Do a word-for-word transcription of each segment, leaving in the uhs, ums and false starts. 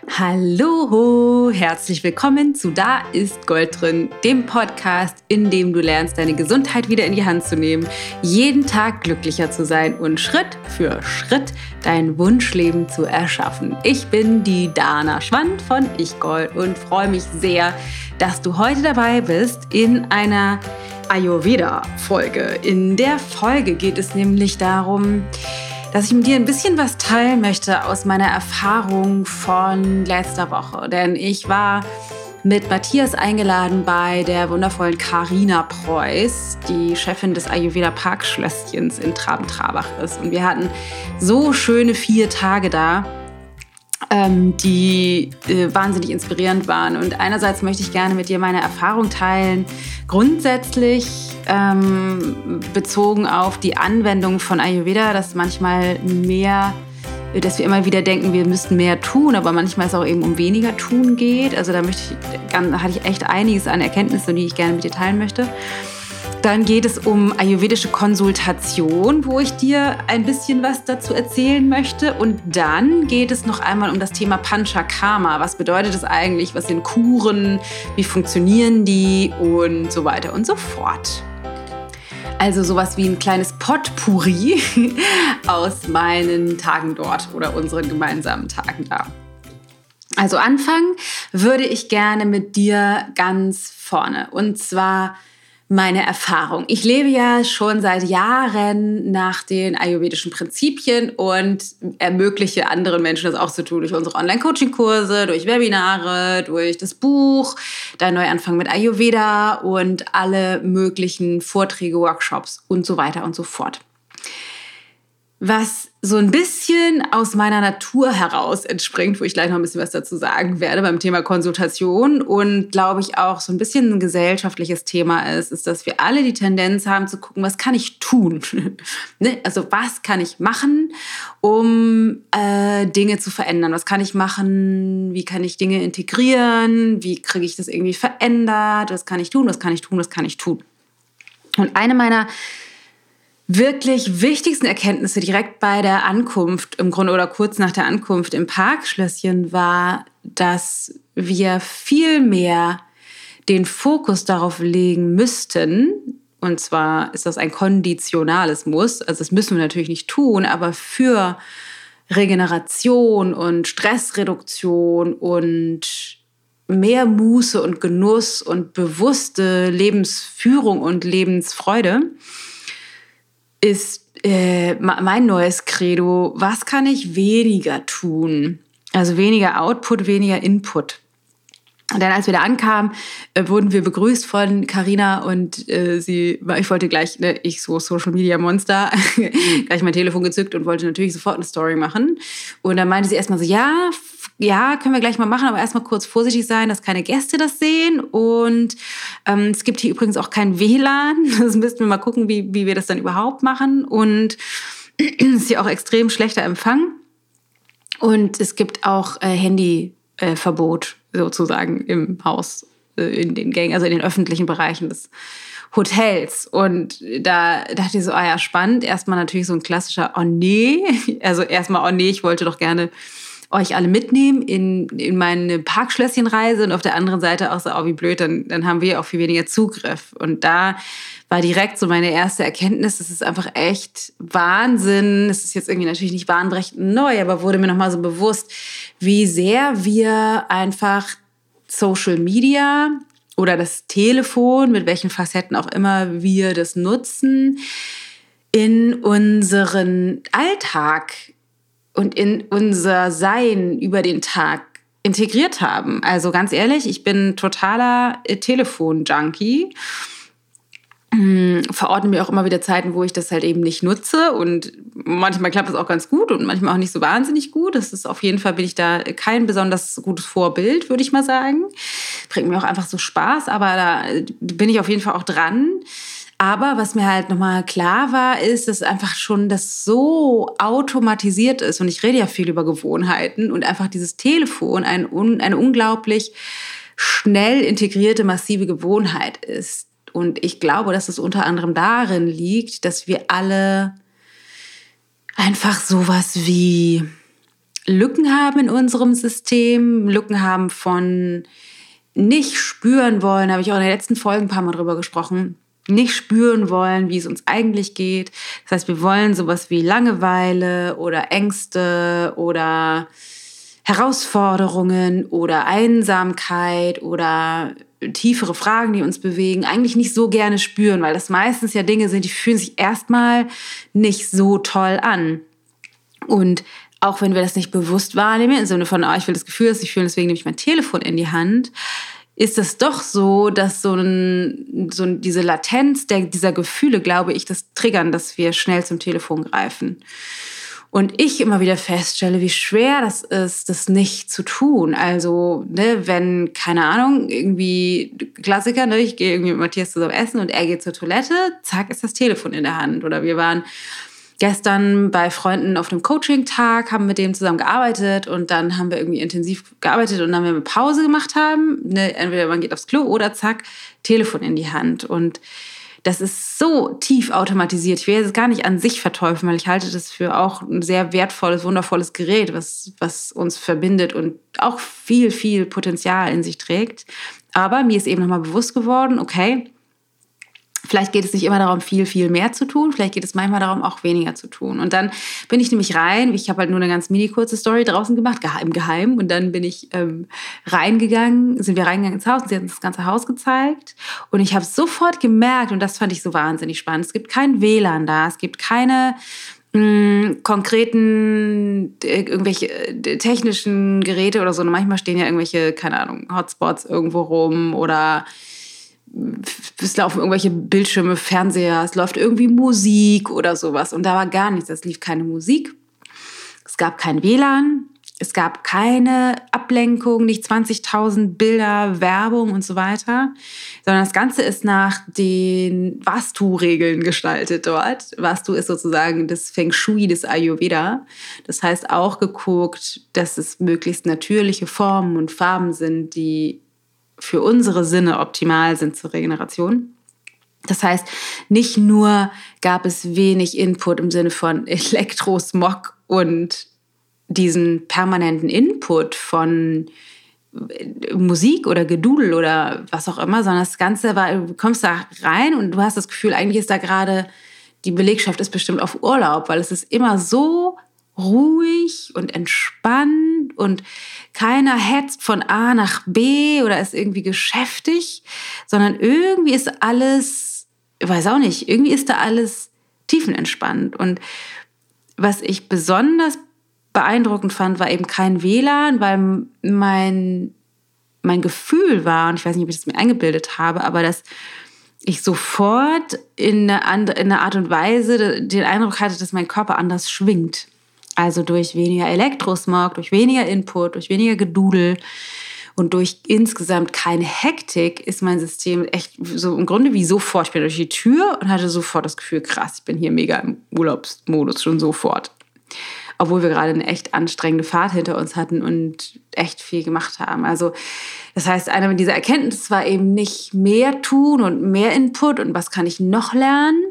Hallo, herzlich willkommen zu Da ist Gold drin, dem Podcast, in dem du lernst, deine Gesundheit wieder in die Hand zu nehmen, jeden Tag glücklicher zu sein und Schritt für Schritt dein Wunschleben zu erschaffen. Ich bin die Dana Schwand von Ich Gold und freue mich sehr, dass du heute dabei bist in einer Ayurveda-Folge. In der Folge geht es nämlich darum, dass ich mit dir ein bisschen was teilen möchte aus meiner Erfahrung von letzter Woche. Denn ich war mit Matthias eingeladen bei der wundervollen Carina Preuß, die Chefin des Ayurveda Parkschlösschens in Traben-Trabach ist. Und wir hatten so schöne vier Tage da, ähm, die äh, wahnsinnig inspirierend waren. Und einerseits möchte ich gerne mit dir meine Erfahrung teilen, grundsätzlich ähm, bezogen auf die Anwendung von Ayurveda, dass manchmal mehr, dass wir immer wieder denken, wir müssten mehr tun, aber manchmal es auch eben um weniger tun geht. Also da möchte ich, hatte ich echt einiges an Erkenntnissen, die ich gerne mit dir teilen möchte. Dann geht es um ayurvedische Konsultation, wo ich dir ein bisschen was dazu erzählen möchte. Und dann geht es noch einmal um das Thema Panchakarma. Was bedeutet das eigentlich? Was sind Kuren? Wie funktionieren die? Und so weiter und so fort. Also sowas wie ein kleines Potpourri aus meinen Tagen dort oder unseren gemeinsamen Tagen da. Also anfangen würde ich gerne mit dir ganz vorne. Und zwar meine Erfahrung. Ich lebe ja schon seit Jahren nach den ayurvedischen Prinzipien und ermögliche anderen Menschen das auch zu tun. Durch unsere Online-Coaching-Kurse, durch Webinare, durch das Buch, Dein Neuanfang mit Ayurveda und alle möglichen Vorträge, Workshops und so weiter und so fort. Was so ein bisschen aus meiner Natur heraus entspringt, wo ich gleich noch ein bisschen was dazu sagen werde beim Thema Konsultation und glaube ich auch so ein bisschen ein gesellschaftliches Thema ist, ist, dass wir alle die Tendenz haben zu gucken, was kann ich tun? Ne? Also was kann ich machen, um äh, Dinge zu verändern? Was kann ich machen? Wie kann ich Dinge integrieren? Wie kriege ich das irgendwie verändert? Was kann ich tun? Was kann ich tun? Was kann ich tun? Und eine meiner wirklich wichtigsten Erkenntnisse direkt bei der Ankunft, im Grunde oder kurz nach der Ankunft im Parkschlösschen war, dass wir viel mehr den Fokus darauf legen müssten, und zwar ist das ein konditionales Muss, also das müssen wir natürlich nicht tun, aber für Regeneration und Stressreduktion und mehr Muße und Genuss und bewusste Lebensführung und Lebensfreude ist äh, mein neues Credo, was kann ich weniger tun? Also weniger Output, weniger Input. Und dann, als wir da ankamen, äh, wurden wir begrüßt von Carina und äh, sie, ich wollte gleich, ne, ich so Social Media Monster, gleich mein Telefon gezückt und wollte natürlich sofort eine Story machen. Und dann meinte sie erstmal so, ja, f- ja, können wir gleich mal machen, aber erstmal kurz vorsichtig sein, dass keine Gäste das sehen. Und ähm, es gibt hier übrigens auch kein W L A N. Das müssten wir mal gucken, wie, wie wir das dann überhaupt machen. Und es ist hier auch extrem schlechter Empfang. Und es gibt auch äh, Handyverbot sozusagen im Haus, in den Gängen, also in den öffentlichen Bereichen des Hotels. Und da dachte ich so, ah ja, spannend. Erstmal natürlich so ein klassischer, oh nee. Also erstmal, oh nee, ich wollte doch gerne euch alle mitnehmen in, in meine Parkschlösschenreise. Und auf der anderen Seite auch so, oh wie blöd, dann, dann haben wir auch viel weniger Zugriff. Und da war direkt so meine erste Erkenntnis, das ist einfach echt Wahnsinn. Es ist jetzt irgendwie natürlich nicht bahnbrechend neu, aber wurde mir nochmal so bewusst, wie sehr wir einfach Social Media oder das Telefon, mit welchen Facetten auch immer wir das nutzen, in unseren Alltag und in unser Sein über den Tag integriert haben. Also ganz ehrlich, ich bin totaler Telefon-Junkie. Verordne mir auch immer wieder Zeiten, wo ich das halt eben nicht nutze und manchmal klappt das auch ganz gut und manchmal auch nicht so wahnsinnig gut. Das ist auf jeden Fall, bin ich da kein besonders gutes Vorbild, würde ich mal sagen. Bringt mir auch einfach so Spaß, aber da bin ich auf jeden Fall auch dran. Aber was mir halt nochmal klar war, ist, dass einfach schon das so automatisiert ist und ich rede ja viel über Gewohnheiten und einfach dieses Telefon ein, eine unglaublich schnell integrierte, massive Gewohnheit ist. Und ich glaube, dass es unter anderem darin liegt, dass wir alle einfach sowas wie Lücken haben in unserem System, Lücken haben von nicht spüren wollen, habe ich auch in den letzten Folgen ein paar Mal drüber gesprochen, nicht spüren wollen, wie es uns eigentlich geht. Das heißt, wir wollen sowas wie Langeweile oder Ängste oder Herausforderungen oder Einsamkeit oder tiefere Fragen, die uns bewegen, eigentlich nicht so gerne spüren, weil das meistens ja Dinge sind, die fühlen sich erstmal nicht so toll an. Und auch wenn wir das nicht bewusst wahrnehmen, im Sinne von, oh, ich will das Gefühl, dass ich fühle, deswegen nehme ich mein Telefon in die Hand, ist es doch so, dass so, ein, so diese Latenz der, dieser Gefühle, glaube ich, das triggern, dass wir schnell zum Telefon greifen. Und ich immer wieder feststelle, wie schwer das ist, das nicht zu tun. Also, ne, wenn, keine Ahnung, irgendwie Klassiker, ne, ich gehe irgendwie mit Matthias zusammen essen und er geht zur Toilette, zack, ist das Telefon in der Hand. Oder wir waren gestern bei Freunden auf einem Coaching-Tag, haben mit denen zusammen gearbeitet und dann haben wir irgendwie intensiv gearbeitet und dann, wenn wir Pause gemacht haben, ne, entweder man geht aufs Klo oder zack, Telefon in die Hand. Und das ist so tief automatisiert. Ich will es gar nicht an sich verteufeln, weil ich halte das für auch ein sehr wertvolles, wundervolles Gerät, was, was uns verbindet und auch viel, viel Potenzial in sich trägt. Aber mir ist eben nochmal bewusst geworden, okay, vielleicht geht es nicht immer darum, viel, viel mehr zu tun. Vielleicht geht es manchmal darum, auch weniger zu tun. Und dann bin ich nämlich rein. Ich habe halt nur eine ganz mini kurze Story draußen gemacht, im Geheimen. Und dann bin ich ähm, reingegangen, sind wir reingegangen ins Haus und sie hat uns das ganze Haus gezeigt. Und ich habe sofort gemerkt, und das fand ich so wahnsinnig spannend, es gibt kein W L A N da, es gibt keine mh, konkreten äh, irgendwelche äh, technischen Geräte oder so. Und manchmal stehen ja irgendwelche, keine Ahnung, Hotspots irgendwo rum oder es laufen irgendwelche Bildschirme, Fernseher, es läuft irgendwie Musik oder sowas. Und da war gar nichts. Es lief keine Musik, es gab kein W L A N, es gab keine Ablenkung, nicht zwanzigtausend Bilder, Werbung und so weiter, sondern das Ganze ist nach den Vastu-Regeln gestaltet dort. Vastu ist sozusagen das Feng Shui des Ayurveda. Das heißt auch geguckt, dass es möglichst natürliche Formen und Farben sind, die für unsere Sinne optimal sind zur Regeneration. Das heißt, nicht nur gab es wenig Input im Sinne von Elektrosmog und diesen permanenten Input von Musik oder Gedudel oder was auch immer, sondern das Ganze war, du kommst da rein und du hast das Gefühl, eigentlich ist da gerade, die Belegschaft ist bestimmt auf Urlaub, weil es ist immer so ruhig und entspannt und keiner hetzt von A nach B oder ist irgendwie geschäftig, sondern irgendwie ist alles, ich weiß auch nicht, irgendwie ist da alles tiefenentspannt. Und was ich besonders beeindruckend fand, war eben kein W L A N, weil mein, mein Gefühl war, und ich weiß nicht, ob ich das mir eingebildet habe, aber dass ich sofort in eine, andere, in eine Art und Weise den Eindruck hatte, dass mein Körper anders schwingt. Also durch weniger Elektrosmog, durch weniger Input, durch weniger Gedudel und durch insgesamt keine Hektik ist mein System echt so im Grunde wie sofort. Ich bin durch die Tür und hatte sofort das Gefühl, krass, ich bin hier mega im Urlaubsmodus schon sofort. Obwohl wir gerade eine echt anstrengende Fahrt hinter uns hatten und echt viel gemacht haben. Also das heißt, eine dieser Erkenntnisse war eben nicht mehr tun und mehr Input und was kann ich noch lernen,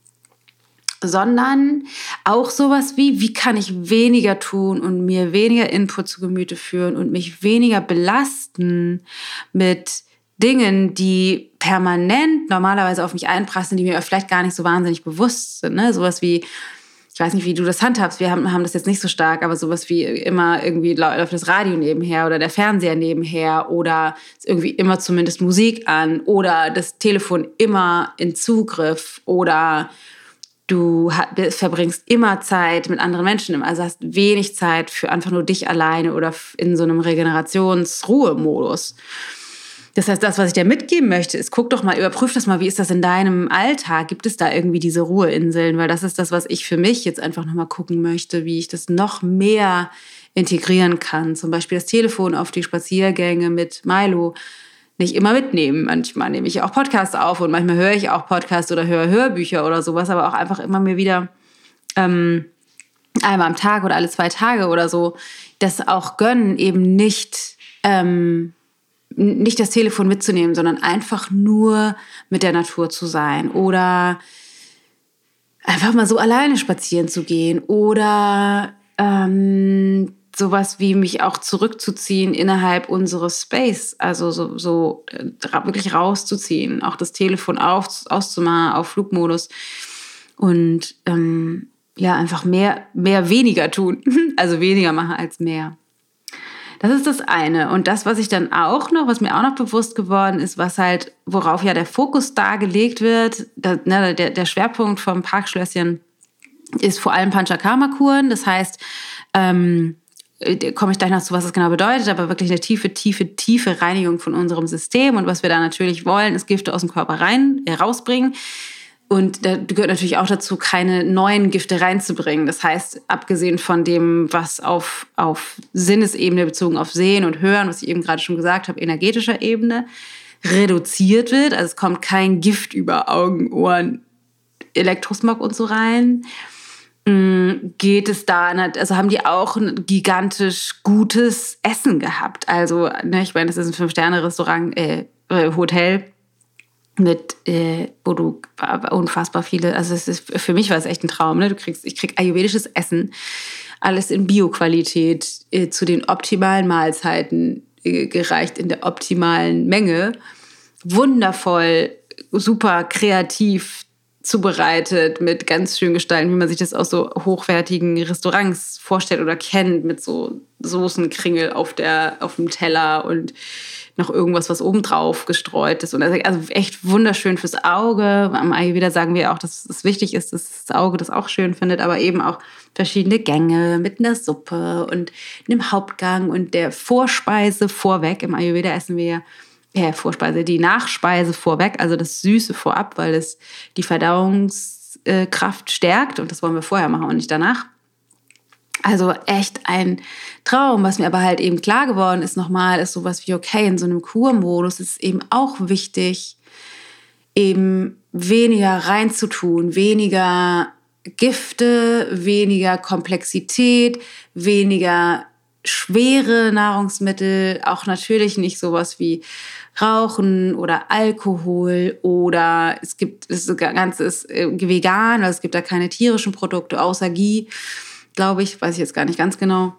sondern auch sowas wie, wie kann ich weniger tun und mir weniger Input zu Gemüte führen und mich weniger belasten mit Dingen, die permanent normalerweise auf mich einprasseln, die mir vielleicht gar nicht so wahnsinnig bewusst sind. Ne? Sowas wie, ich weiß nicht, wie du das handhabst, wir haben, haben das jetzt nicht so stark, aber sowas wie immer irgendwie läuft das Radio nebenher oder der Fernseher nebenher oder ist irgendwie immer zumindest Musik an oder das Telefon immer in Zugriff oder du verbringst immer Zeit mit anderen Menschen, also hast wenig Zeit für einfach nur dich alleine oder in so einem Regenerations-Ruhe-Modus. Das heißt, das, was ich dir mitgeben möchte, ist, guck doch mal, überprüf das mal, wie ist das in deinem Alltag? Gibt es da irgendwie diese Ruheinseln? Weil das ist das, was ich für mich jetzt einfach nochmal gucken möchte, wie ich das noch mehr integrieren kann. Zum Beispiel das Telefon auf die Spaziergänge mit Milo nicht immer mitnehmen. Manchmal nehme ich auch Podcasts auf und manchmal höre ich auch Podcasts oder höre Hörbücher oder sowas, aber auch einfach immer mir wieder ähm, einmal am Tag oder alle zwei Tage oder so das auch gönnen, eben nicht, ähm, nicht das Telefon mitzunehmen, sondern einfach nur mit der Natur zu sein oder einfach mal so alleine spazieren zu gehen oder ähm, sowas wie mich auch zurückzuziehen innerhalb unseres Space, also so, so äh, wirklich rauszuziehen, auch das Telefon auf, auszumachen, auf Flugmodus und ähm, ja, einfach mehr, mehr weniger tun, also weniger machen als mehr. Das ist das eine. Und das, was ich dann auch noch, was mir auch noch bewusst geworden ist, was halt, worauf ja der Fokus da gelegt wird, da, ne, der, der Schwerpunkt vom Parkschlösschen ist vor allem Panchakarma-Kuren. Das heißt, ähm, da komme ich gleich noch zu, was das genau bedeutet, aber wirklich eine tiefe, tiefe, tiefe Reinigung von unserem System. Und was wir da natürlich wollen, ist Gifte aus dem Körper rein, äh, rausbringen. Und da gehört natürlich auch dazu, keine neuen Gifte reinzubringen. Das heißt, abgesehen von dem, was auf, auf Sinnesebene bezogen auf Sehen und Hören, was ich eben gerade schon gesagt habe, energetischer Ebene, reduziert wird. Also es kommt kein Gift über Augen, Ohren, Elektrosmog und so rein. Geht es da, also haben die auch ein gigantisch gutes Essen gehabt. Also, ne, ich meine, das ist ein Fünf-Sterne-Restaurant, äh, Hotel, mit, äh, wo du unfassbar viele, also es ist, für mich war es echt ein Traum, ne? Du kriegst, ich krieg ayurvedisches Essen, alles in Bio-Qualität, äh, zu den optimalen Mahlzeiten äh, gereicht, in der optimalen Menge. Wundervoll, super kreativ zubereitet, mit ganz schön gestalten, wie man sich das aus so hochwertigen Restaurants vorstellt oder kennt, mit so Soßenkringel auf der, auf dem Teller und noch irgendwas, was obendrauf gestreut ist. Und also echt wunderschön fürs Auge. Am Ayurveda sagen wir auch, dass es wichtig ist, dass das Auge das auch schön findet, aber eben auch verschiedene Gänge mit einer Suppe und einem Hauptgang und der Vorspeise vorweg. Im Ayurveda essen wir ja, Vorspeise, die Nachspeise vorweg, also das Süße vorab, weil es die Verdauungskraft stärkt und das wollen wir vorher machen und nicht danach. Also echt ein Traum. Was mir aber halt eben klar geworden ist nochmal, ist sowas wie, okay, in so einem Kurmodus ist es eben auch wichtig, eben weniger reinzutun, weniger Gifte, weniger Komplexität, weniger schwere Nahrungsmittel, auch natürlich nicht sowas wie Rauchen oder Alkohol oder es gibt, das Ganze ist vegan, also es gibt da keine tierischen Produkte außer Ghee, glaube ich, weiß ich jetzt gar nicht ganz genau.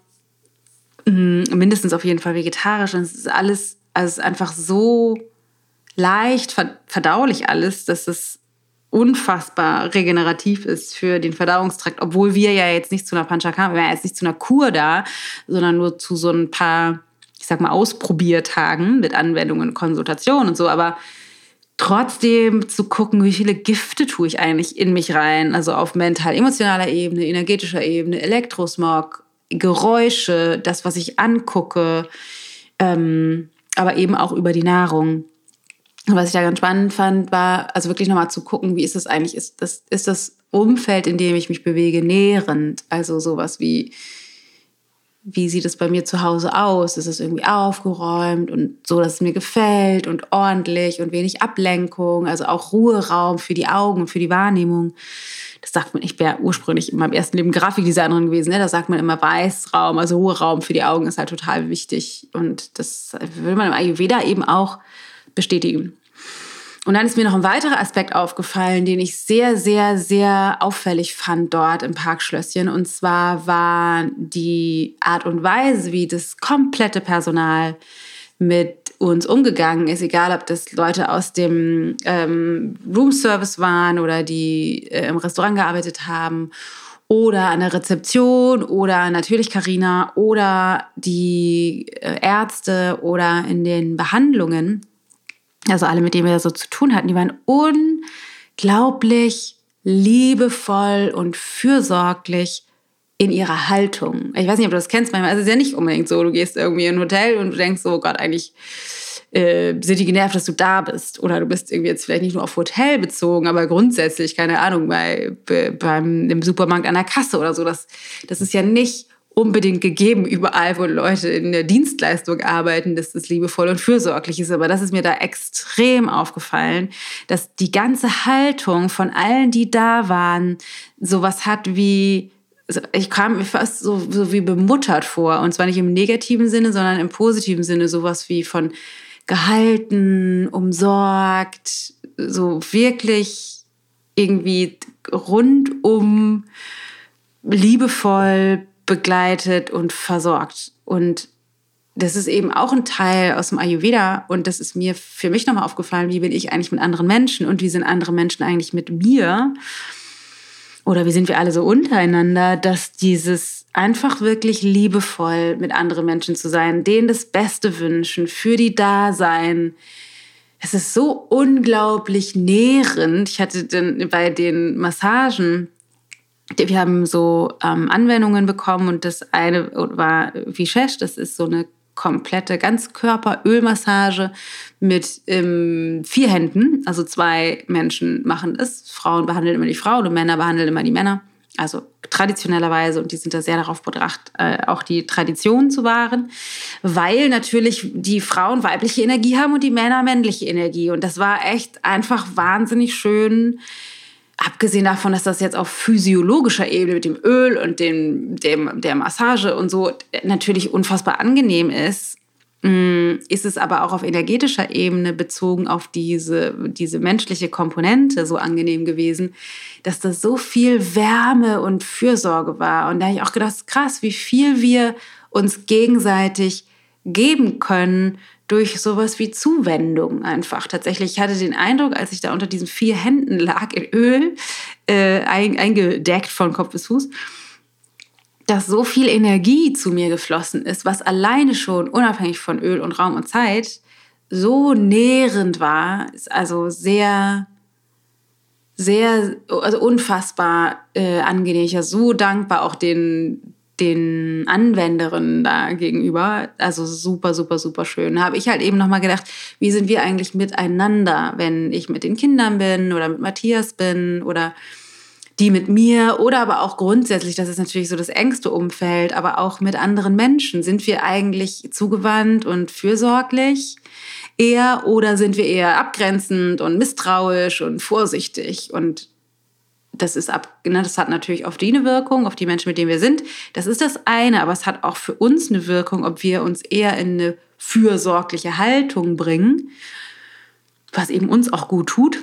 Mindestens auf jeden Fall vegetarisch. Und es ist alles, also es ist einfach so leicht verdaulich alles, dass es unfassbar regenerativ ist für den Verdauungstrakt, obwohl wir ja jetzt nicht zu einer Panchakarma, wir waren jetzt nicht zu einer Kur da, sondern nur zu so ein paar, ich sag mal, Ausprobiertagen mit Anwendungen, Konsultationen und so, aber trotzdem zu gucken, wie viele Gifte tue ich eigentlich in mich rein, also auf mental-emotionaler Ebene, energetischer Ebene, Elektrosmog, Geräusche, das, was ich angucke, ähm, aber eben auch über die Nahrung. Was ich da ganz spannend fand, war also wirklich nochmal zu gucken, wie ist das eigentlich, ist das, ist das Umfeld, in dem ich mich bewege, nährend, also sowas wie, wie sieht es bei mir zu Hause aus? Ist es irgendwie aufgeräumt und so, dass es mir gefällt und ordentlich und wenig Ablenkung, also auch Ruheraum für die Augen und für die Wahrnehmung. Das sagt man, ich wäre ursprünglich in meinem ersten Leben Grafikdesignerin gewesen, ne? Da sagt man immer Weißraum, also Ruheraum für die Augen ist halt total wichtig und das will man im Ayurveda eben auch bestätigen. Und dann ist mir noch ein weiterer Aspekt aufgefallen, den ich sehr, sehr, sehr auffällig fand dort im Parkschlösschen. Und zwar war die Art und Weise, wie das komplette Personal mit uns umgegangen ist, egal ob das Leute aus dem ähm, Roomservice waren oder die äh, im Restaurant gearbeitet haben oder an der Rezeption oder natürlich Carina oder die äh, Ärzte oder in den Behandlungen. Also alle, mit denen wir so zu tun hatten, die waren unglaublich liebevoll und fürsorglich in ihrer Haltung. Ich weiß nicht, ob du das kennst, manchmal ist es ja nicht unbedingt so, du gehst irgendwie in ein Hotel und du denkst so, oh Gott, eigentlich äh, sind die genervt, dass du da bist. Oder du bist irgendwie jetzt vielleicht nicht nur auf Hotel bezogen, aber grundsätzlich, keine Ahnung, bei, bei, beim, im Supermarkt an der Kasse oder so. Das, das ist ja nicht unbedingt gegeben überall, wo Leute in der Dienstleistung arbeiten, dass das liebevoll und fürsorglich ist. Aber das ist mir da extrem aufgefallen, dass die ganze Haltung von allen, die da waren, sowas hat wie, ich kam mir fast so, so wie bemuttert vor. Und zwar nicht im negativen Sinne, sondern im positiven Sinne. Sowas wie von gehalten, umsorgt, so wirklich irgendwie rundum liebevoll begleitet und versorgt. Und das ist eben auch ein Teil aus dem Ayurveda. Und das ist mir für mich nochmal aufgefallen, wie bin ich eigentlich mit anderen Menschen und wie sind andere Menschen eigentlich mit mir? Oder wie sind wir alle so untereinander, dass dieses einfach wirklich liebevoll mit anderen Menschen zu sein, denen das Beste wünschen, für die da sein. Es ist so unglaublich nährend. Ich hatte dann bei den Massagen, wir haben so ähm, Anwendungen bekommen und das eine war Vishesh, das ist so eine komplette Ganzkörper-Ölmassage mit ähm, vier Händen. Also zwei Menschen machen das. Frauen behandeln immer die Frauen und Männer behandeln immer die Männer. Also traditionellerweise. Und die sind da sehr darauf bedacht, äh, auch die Tradition zu wahren. Weil natürlich die Frauen weibliche Energie haben und die Männer männliche Energie. Und das war echt einfach wahnsinnig schön. Abgesehen davon, dass das jetzt auf physiologischer Ebene mit dem Öl und dem, dem, der Massage und so natürlich unfassbar angenehm ist, ist es aber auch auf energetischer Ebene bezogen auf diese, diese menschliche Komponente so angenehm gewesen, dass das so viel Wärme und Fürsorge war. Und da habe ich auch gedacht, krass, wie viel wir uns gegenseitig geben können durch sowas wie Zuwendung einfach. Tatsächlich, ich hatte den Eindruck, als ich da unter diesen vier Händen lag in Öl, äh, eingedeckt von Kopf bis Fuß, dass so viel Energie zu mir geflossen ist, was alleine schon unabhängig von Öl und Raum und Zeit so nährend war. Ist also sehr, sehr, also unfassbar äh, angenehm. Ich war so dankbar auch den den Anwenderinnen da gegenüber, also super, super, super schön. Da habe ich halt eben nochmal gedacht, wie sind wir eigentlich miteinander, wenn ich mit den Kindern bin oder mit Matthias bin oder die mit mir oder aber auch grundsätzlich, das ist natürlich so das engste Umfeld, aber auch mit anderen Menschen. Sind wir eigentlich zugewandt und fürsorglich eher oder sind wir eher abgrenzend und misstrauisch und vorsichtig? Und das ist ab, ne, das hat natürlich auf die eine Wirkung, auf die Menschen, mit denen wir sind. Das ist das eine, aber es hat auch für uns eine Wirkung, ob wir uns eher in eine fürsorgliche Haltung bringen, was eben uns auch gut tut,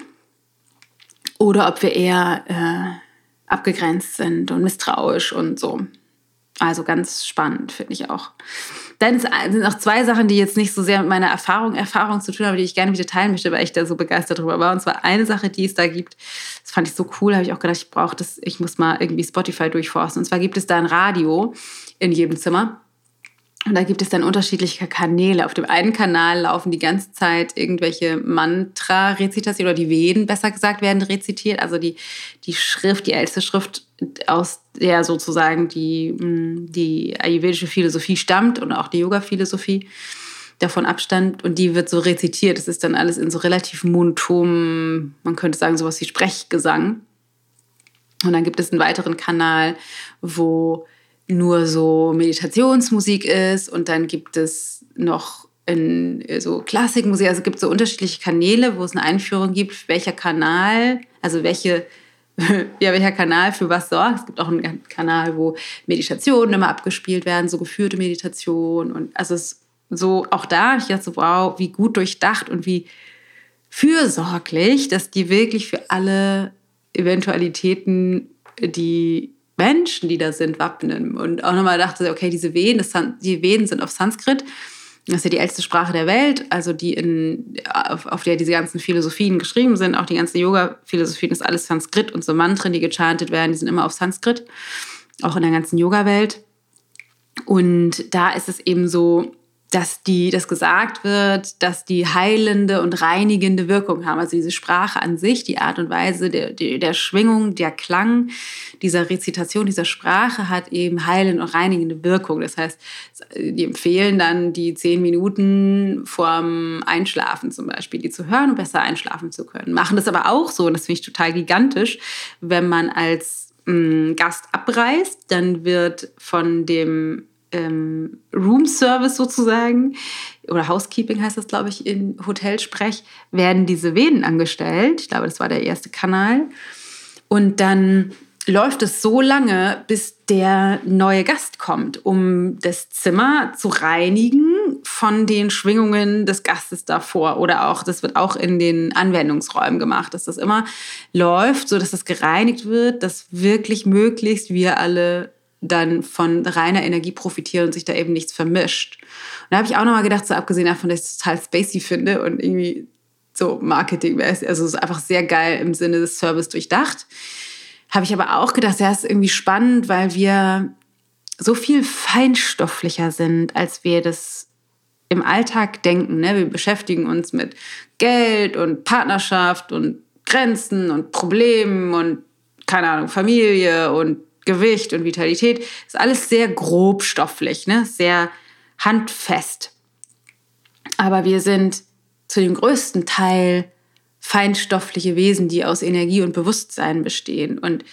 oder ob wir eher äh, abgegrenzt sind und misstrauisch und so. Also ganz spannend, finde ich auch. Dann sind noch zwei Sachen, die jetzt nicht so sehr mit meiner Erfahrung, Erfahrung zu tun haben, die ich gerne wieder teilen möchte, weil ich da so begeistert drüber war. Und zwar eine Sache, die es da gibt, das fand ich so cool, habe ich auch gedacht, ich brauche das, ich muss mal irgendwie Spotify durchforsten. Und zwar gibt es da ein Radio in jedem Zimmer. Und da gibt es dann unterschiedliche Kanäle. Auf dem einen Kanal laufen die ganze Zeit irgendwelche Mantra-Rezitationen oder die Veden, besser gesagt, werden rezitiert. Also die, die Schrift, die älteste Schrift, aus der sozusagen die, die ayurvedische Philosophie stammt und auch die Yoga-Philosophie davon abstammt. Und die wird so rezitiert. Das ist dann alles in so relativ monotonem, man könnte sagen, sowas wie Sprechgesang. Und dann gibt es einen weiteren Kanal, wo nur so Meditationsmusik ist und dann gibt es noch in so Klassikmusik, also es gibt so unterschiedliche Kanäle, wo es eine Einführung gibt, welcher Kanal, also welche, ja, welcher Kanal für was sorgt. Es gibt auch einen Kanal, wo Meditationen immer abgespielt werden, so geführte Meditation und also es ist so auch da, ich dachte so, wow, wie gut durchdacht und wie fürsorglich, dass die wirklich für alle Eventualitäten die Menschen, die da sind, wappnen. Und auch nochmal dachte, okay, diese Veden, das, die Veden sind auf Sanskrit. Das ist ja die älteste Sprache der Welt, also die in, auf, auf der diese ganzen Philosophien geschrieben sind. Auch die ganze Yoga-Philosophien ist alles Sanskrit und so Mantren, die gechantet werden, die sind immer auf Sanskrit. Auch in der ganzen Yoga-Welt. Und da ist es eben so, dass die, dass gesagt wird, dass die heilende und reinigende Wirkung haben. Also diese Sprache an sich, die Art und Weise der, der, der Schwingung, der Klang dieser Rezitation, dieser Sprache hat eben heilende und reinigende Wirkung. Das heißt, die empfehlen dann die zehn Minuten vorm Einschlafen zum Beispiel, die zu hören, um besser einschlafen zu können. Machen das aber auch so, und das finde ich total gigantisch, wenn man als mh, Gast abreist, dann wird von dem Room Service sozusagen, oder Housekeeping heißt das, glaube ich, in Hotelsprech, werden diese Veden angestellt. Ich glaube, das war der erste Kanal. Und dann läuft es so lange, bis der neue Gast kommt, um das Zimmer zu reinigen von den Schwingungen des Gastes davor. Oder auch, das wird auch in den Anwendungsräumen gemacht, dass das immer läuft, so dass das gereinigt wird, dass wirklich möglichst wir alle dann von reiner Energie profitieren und sich da eben nichts vermischt. Und da habe ich auch nochmal gedacht, so abgesehen davon, dass ich es total spacey finde und irgendwie so Marketing, also so einfach sehr geil im Sinne des Service durchdacht, habe ich aber auch gedacht, ja, ist irgendwie spannend, weil wir so viel feinstofflicher sind, als wir das im Alltag denken. Ne? Wir beschäftigen uns mit Geld und Partnerschaft und Grenzen und Problemen und, keine Ahnung, Familie und Gewicht und Vitalität. Das ist alles sehr grobstofflich, ne? Sehr handfest. Aber wir sind zu dem größten Teil feinstoffliche Wesen, die aus Energie und Bewusstsein bestehen. Und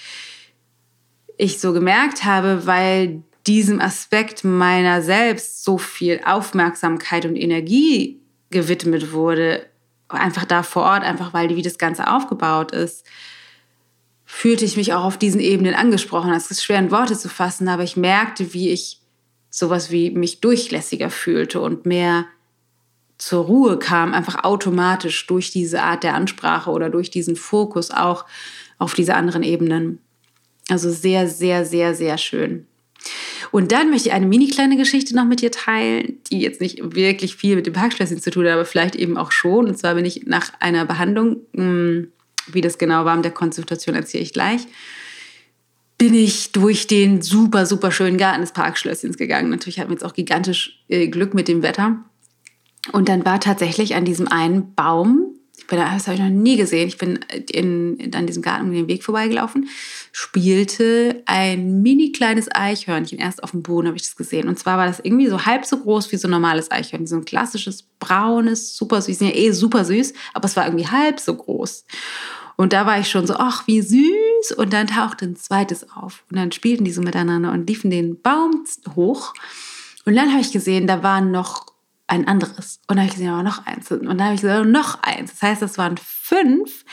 ich so gemerkt habe, weil diesem Aspekt meiner selbst so viel Aufmerksamkeit und Energie gewidmet wurde, einfach da vor Ort, einfach weil wie das Ganze aufgebaut ist, fühlte ich mich auch auf diesen Ebenen angesprochen. Es ist schwer in Worte zu fassen, aber ich merkte, wie ich sowas wie mich durchlässiger fühlte und mehr zur Ruhe kam, einfach automatisch durch diese Art der Ansprache oder durch diesen Fokus auch auf diese anderen Ebenen. Also sehr, sehr, sehr, sehr schön. Und dann möchte ich eine mini kleine Geschichte noch mit dir teilen, die jetzt nicht wirklich viel mit dem Parkschlösschen zu tun hat, aber vielleicht eben auch schon. Und zwar bin ich nach einer Behandlung, wie das genau war mit der Konsultation, erzähle ich gleich, bin ich durch den super, super schönen Garten des Parkschlösschens gegangen. Natürlich hatten wir jetzt auch gigantisch Glück mit dem Wetter. Und dann war tatsächlich an diesem einen Baum, ich bin da, das habe ich noch nie gesehen, ich bin in, in, an diesem Garten um den Weg vorbeigelaufen, spielte ein mini kleines Eichhörnchen. Erst auf dem Boden habe ich das gesehen. Und zwar war das irgendwie so halb so groß wie so ein normales Eichhörnchen. So ein klassisches, braunes, super süß. Die sind ja eh super süß, aber es war irgendwie halb so groß. Und da war ich schon so, ach, wie süß. Und dann tauchte ein zweites auf. Und dann spielten die so miteinander und liefen den Baum hoch. Und dann habe ich gesehen, da waren noch ein anderes. Und dann habe ich gesehen, aber noch eins. Und dann habe ich gesehen, noch eins. Das heißt, das waren fünf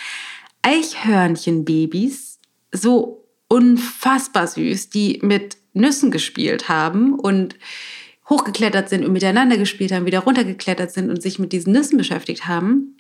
Eichhörnchenbabys, so unfassbar süß, die mit Nüssen gespielt haben und hochgeklettert sind und miteinander gespielt haben, wieder runtergeklettert sind und sich mit diesen Nüssen beschäftigt haben,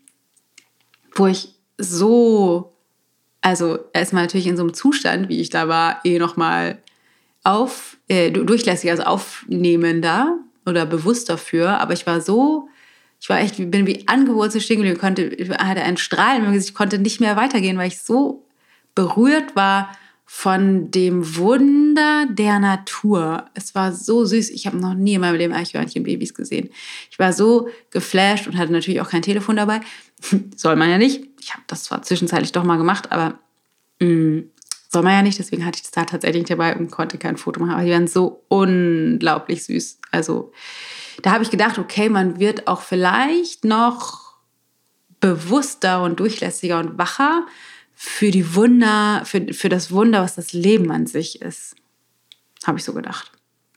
wo ich so, also erstmal natürlich in so einem Zustand, wie ich da war, eh nochmal auf, äh, durchlässig, also aufnehmender oder bewusst dafür, aber ich war so, ich war echt, bin wie angewurzelt stehen geblieben, konnte, ich hatte einen Strahlen im Gesicht, ich konnte nicht mehr weitergehen, weil ich so berührt war von dem Wunder der Natur. Es war so süß, ich habe noch nie in meinem Leben Eichhörnchen-Babys gesehen. Ich war so geflasht und hatte natürlich auch kein Telefon dabei, soll man ja nicht. Ich habe das zwar zwischenzeitlich doch mal gemacht, aber mh, soll man ja nicht, deswegen hatte ich das da tatsächlich nicht dabei und konnte kein Foto machen. Aber die waren so unglaublich süß. Also da habe ich gedacht, okay, man wird auch vielleicht noch bewusster und durchlässiger und wacher für die Wunder, für, für das Wunder, was das Leben an sich ist. Habe ich so gedacht.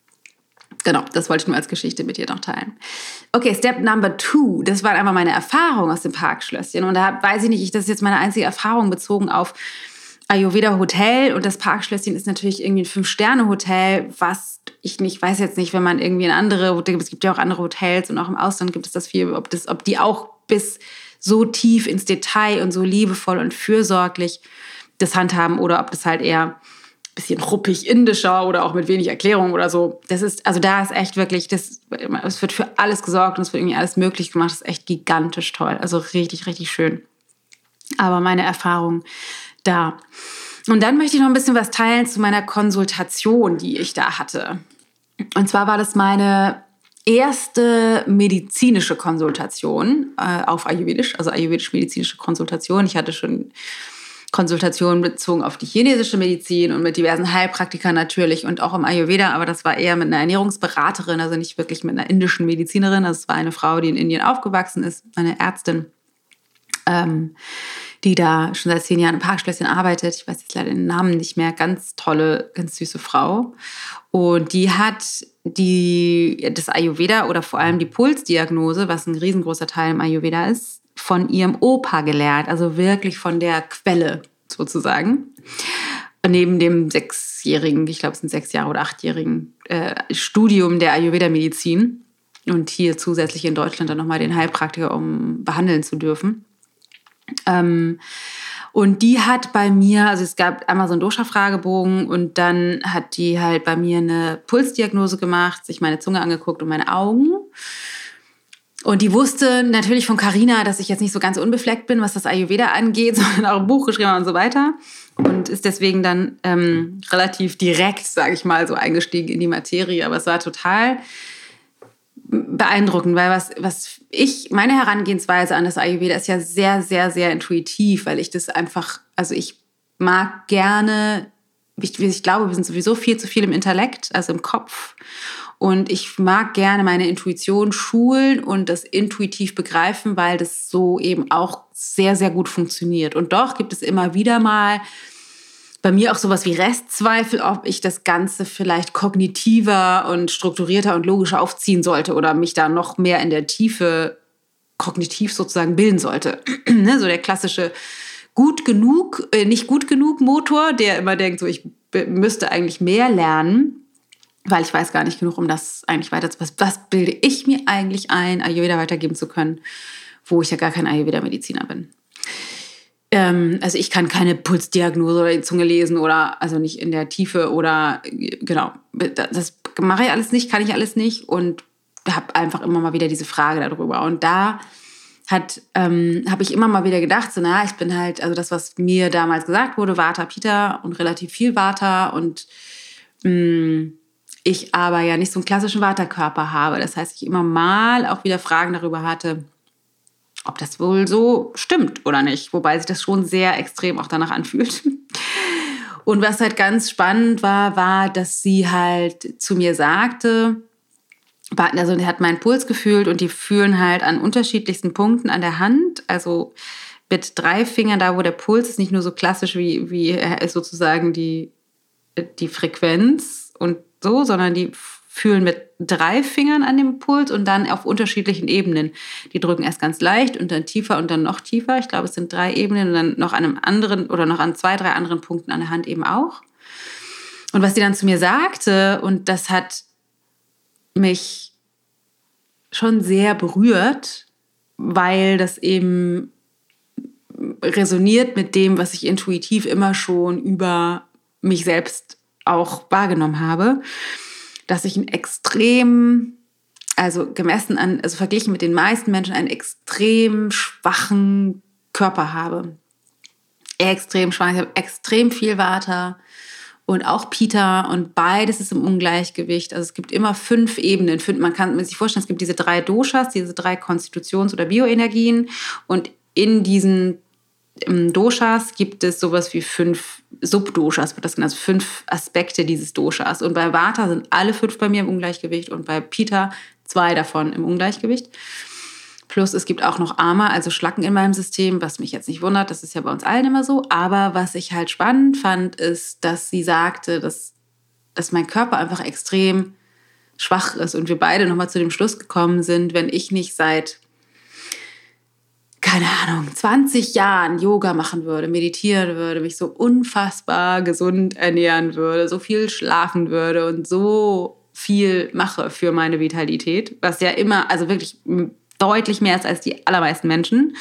Genau, das wollte ich nur als Geschichte mit dir noch teilen. Okay, Step Number Two, das war einfach meine Erfahrung aus dem Parkschlösschen. Und da weiß ich nicht, ich, das ist jetzt meine einzige Erfahrung bezogen auf Ayurveda Hotel, und das Parkschlösschen ist natürlich irgendwie ein Fünf-Sterne-Hotel, was ich nicht, weiß jetzt nicht, wenn man irgendwie in andere, es gibt ja auch andere Hotels und auch im Ausland gibt es das viel, ob, das, ob die auch bis so tief ins Detail und so liebevoll und fürsorglich das handhaben oder ob das halt eher ein bisschen ruppig indischer oder auch mit wenig Erklärung oder so. Das ist, also da ist echt wirklich, das, es wird für alles gesorgt und es wird irgendwie alles möglich gemacht. Das ist echt gigantisch toll, also richtig, richtig schön. Aber meine Erfahrung da. Und dann möchte ich noch ein bisschen was teilen zu meiner Konsultation, die ich da hatte. Und zwar war das meine erste medizinische Konsultation äh, auf Ayurvedisch, also ayurvedisch-medizinische Konsultation. Ich hatte schon Konsultationen bezogen auf die chinesische Medizin und mit diversen Heilpraktikern natürlich und auch im Ayurveda, aber das war eher mit einer Ernährungsberaterin, also nicht wirklich mit einer indischen Medizinerin. Das war eine Frau, die in Indien aufgewachsen ist, eine Ärztin, ähm, die da schon seit zehn Jahren im Parkschlösschen arbeitet. Ich weiß jetzt leider den Namen nicht mehr. Ganz tolle, ganz süße Frau. Und die hat die, das Ayurveda oder vor allem die Pulsdiagnose, was ein riesengroßer Teil im Ayurveda ist, von ihrem Opa gelernt. Also wirklich von der Quelle sozusagen. Neben dem sechsjährigen, ich glaube es sind sechs Jahre oder achtjährigen äh, Studium der Ayurveda-Medizin. Und hier zusätzlich in Deutschland dann nochmal den Heilpraktiker, um behandeln zu dürfen. Ähm, Und die hat bei mir, also es gab einmal so einen Dosha-Fragebogen und dann hat die halt bei mir eine Pulsdiagnose gemacht, sich meine Zunge angeguckt und meine Augen. Und die wusste natürlich von Carina, dass ich jetzt nicht so ganz unbefleckt bin, was das Ayurveda angeht, sondern auch ein Buch geschrieben habe und so weiter. Und ist deswegen dann ähm, relativ direkt, sage ich mal, so eingestiegen in die Materie. Aber es war total beeindruckend, weil was, was ich, meine Herangehensweise an das Ayurveda ist ja sehr, sehr, sehr intuitiv, weil ich das einfach, also ich mag gerne, ich, ich glaube, wir sind sowieso viel zu viel im Intellekt, also im Kopf. Und ich mag gerne meine Intuition schulen und das intuitiv begreifen, weil das so eben auch sehr, sehr gut funktioniert. Und doch gibt es immer wieder mal bei mir auch sowas wie Restzweifel, ob ich das Ganze vielleicht kognitiver und strukturierter und logischer aufziehen sollte oder mich da noch mehr in der Tiefe kognitiv sozusagen bilden sollte. So der klassische gut genug, äh, nicht gut genug Motor, der immer denkt, so ich b- müsste eigentlich mehr lernen, weil ich weiß gar nicht genug, um das eigentlich weiter zu... Was, was bilde ich mir eigentlich ein, Ayurveda weitergeben zu können, wo ich ja gar kein Ayurveda-Mediziner bin. Ähm, also ich kann keine Pulsdiagnose oder die Zunge lesen oder also nicht in der Tiefe oder genau, das mache ich alles nicht, kann ich alles nicht und habe einfach immer mal wieder diese Frage darüber. Und da hat ähm, habe ich immer mal wieder gedacht, so na, ich bin halt, also das, was mir damals gesagt wurde, Vata, Pitta und relativ viel Vata und mh, ich aber ja nicht so einen klassischen Vata-Körper habe. Das heißt, ich immer mal auch wieder Fragen darüber hatte, ob das wohl so stimmt oder nicht. Wobei sich das schon sehr extrem auch danach anfühlt. Und was halt ganz spannend war, war, dass sie halt zu mir sagte, also die hat meinen Puls gefühlt und die fühlen halt an unterschiedlichsten Punkten an der Hand, also mit drei Fingern da, wo der Puls ist, nicht nur so klassisch wie, wie sozusagen die, die Frequenz und so, sondern die fühlen mit drei Fingern an dem Puls und dann auf unterschiedlichen Ebenen. Die drücken erst ganz leicht und dann tiefer und dann noch tiefer. Ich glaube, es sind drei Ebenen und dann noch an einem anderen oder noch an zwei, drei anderen Punkten an der Hand eben auch. Und was sie dann zu mir sagte, und das hat mich schon sehr berührt, weil das eben resoniert mit dem, was ich intuitiv immer schon über mich selbst auch wahrgenommen habe, dass ich einen extrem, also gemessen an, also verglichen mit den meisten Menschen, einen extrem schwachen Körper habe. Extrem schwach. Ich habe extrem viel Vata und auch Pitta und beides ist im Ungleichgewicht. Also es gibt immer fünf Ebenen. Man kann sich vorstellen, es gibt diese drei Doshas, diese drei Konstitutions- oder Bioenergien und in diesen Im Doshas gibt es sowas wie fünf Subdoshas, wird das genannt, also fünf Aspekte dieses Doshas. Und bei Vata sind alle fünf bei mir im Ungleichgewicht und bei Pitta zwei davon im Ungleichgewicht. Plus es gibt auch noch Ama, also Schlacken in meinem System, was mich jetzt nicht wundert, das ist ja bei uns allen immer so. Aber was ich halt spannend fand, ist, dass sie sagte, dass, dass mein Körper einfach extrem schwach ist und wir beide nochmal zu dem Schluss gekommen sind, wenn ich nicht seit keine Ahnung, zwanzig Jahren Yoga machen würde, meditieren würde, mich so unfassbar gesund ernähren würde, so viel schlafen würde und so viel mache für meine Vitalität, was ja immer, also wirklich deutlich mehr ist als die allermeisten Menschen,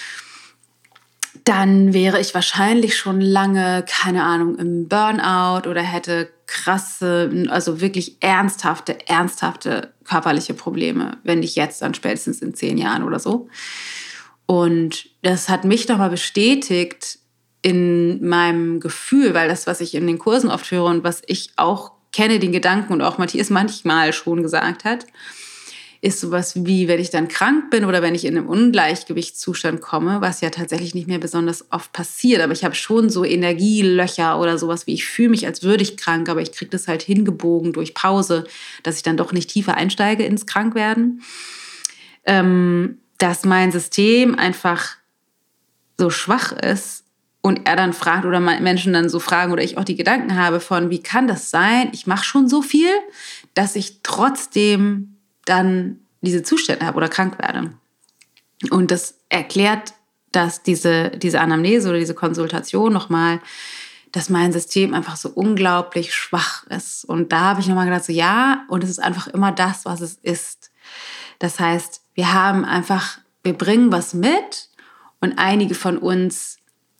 dann wäre ich wahrscheinlich schon lange, keine Ahnung, im Burnout oder hätte krasse, also wirklich ernsthafte, ernsthafte körperliche Probleme, wenn nicht jetzt, dann spätestens in zehn Jahren oder so. Und das hat mich nochmal bestätigt in meinem Gefühl, weil das, was ich in den Kursen oft höre und was ich auch kenne, den Gedanken und auch Matthias manchmal schon gesagt hat, ist sowas wie, wenn ich dann krank bin oder wenn ich in einem Ungleichgewichtszustand komme, was ja tatsächlich nicht mehr besonders oft passiert, aber ich habe schon so Energielöcher oder sowas wie, ich fühle mich, als würde ich krank, aber ich kriege das halt hingebogen durch Pause, dass ich dann doch nicht tiefer einsteige ins Krankwerden. Ähm, dass mein System einfach so schwach ist und er dann fragt oder Menschen dann so fragen oder ich auch die Gedanken habe von, wie kann das sein, ich mache schon so viel, dass ich trotzdem dann diese Zustände habe oder krank werde. Und das erklärt, dass diese, diese Anamnese oder diese Konsultation nochmal, dass mein System einfach so unglaublich schwach ist. Und da habe ich nochmal gedacht, so ja, und es ist einfach immer das, was es ist. Das heißt, wir haben einfach, wir bringen was mit und einige von uns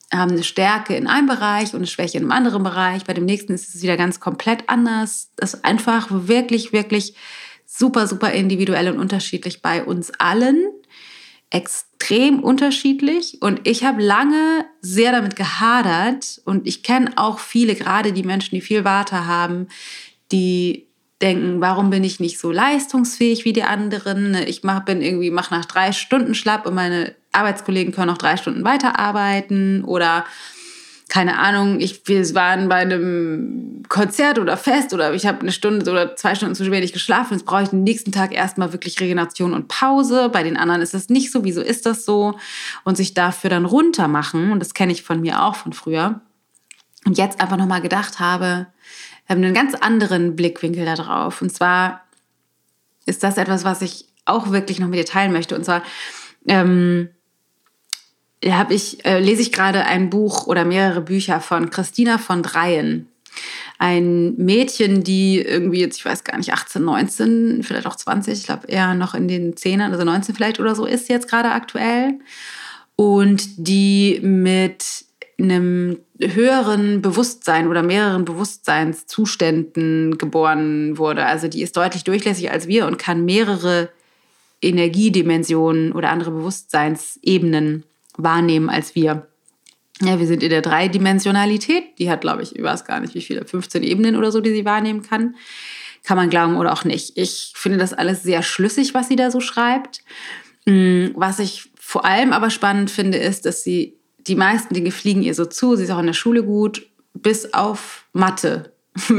haben eine Stärke in einem Bereich und eine Schwäche in einem anderen Bereich. Bei dem nächsten ist es wieder ganz komplett anders. Das ist einfach wirklich, wirklich super, super individuell und unterschiedlich bei uns allen. Extrem unterschiedlich. Und ich habe lange sehr damit gehadert. Und ich kenne auch viele, gerade die Menschen, die viel Vata haben, die denken, warum bin ich nicht so leistungsfähig wie die anderen? Ich mach, bin irgendwie, mache nach drei Stunden schlapp und meine Arbeitskollegen können noch drei Stunden weiterarbeiten. Oder keine Ahnung, ich, wir waren bei einem Konzert oder Fest oder ich habe eine Stunde oder zwei Stunden zu wenig geschlafen. Jetzt brauche ich den nächsten Tag erstmal wirklich Regeneration und Pause. Bei den anderen ist das nicht so. Wieso ist das so? Und sich dafür dann runter machen. Und das kenne ich von mir auch von früher. Und jetzt einfach nochmal gedacht habe, wir haben einen ganz anderen Blickwinkel da drauf. Und zwar ist das etwas, was ich auch wirklich noch mit dir teilen möchte. Und zwar ähm, hab ich, äh, lese ich gerade ein Buch oder mehrere Bücher von Christina von Dreien. Ein Mädchen, die irgendwie jetzt, ich weiß gar nicht, achtzehn, neunzehn, vielleicht auch zwanzig, ich glaube eher noch in den Zehnern, also neunzehn vielleicht oder so, ist jetzt gerade aktuell. Und die mit einem höheren Bewusstsein oder mehreren Bewusstseinszuständen geboren wurde. Also die ist deutlich durchlässiger als wir und kann mehrere Energiedimensionen oder andere Bewusstseinsebenen wahrnehmen als wir. Ja, wir sind in der Dreidimensionalität. Die hat, glaube ich, ich weiß gar nicht, wie viele, fünfzehn Ebenen oder so, die sie wahrnehmen kann. Kann man glauben oder auch nicht. Ich finde das alles sehr schlüssig, was sie da so schreibt. Was ich vor allem aber spannend finde, ist, dass sie die meisten Dinge fliegen ihr so zu. Sie ist auch in der Schule gut, bis auf Mathe.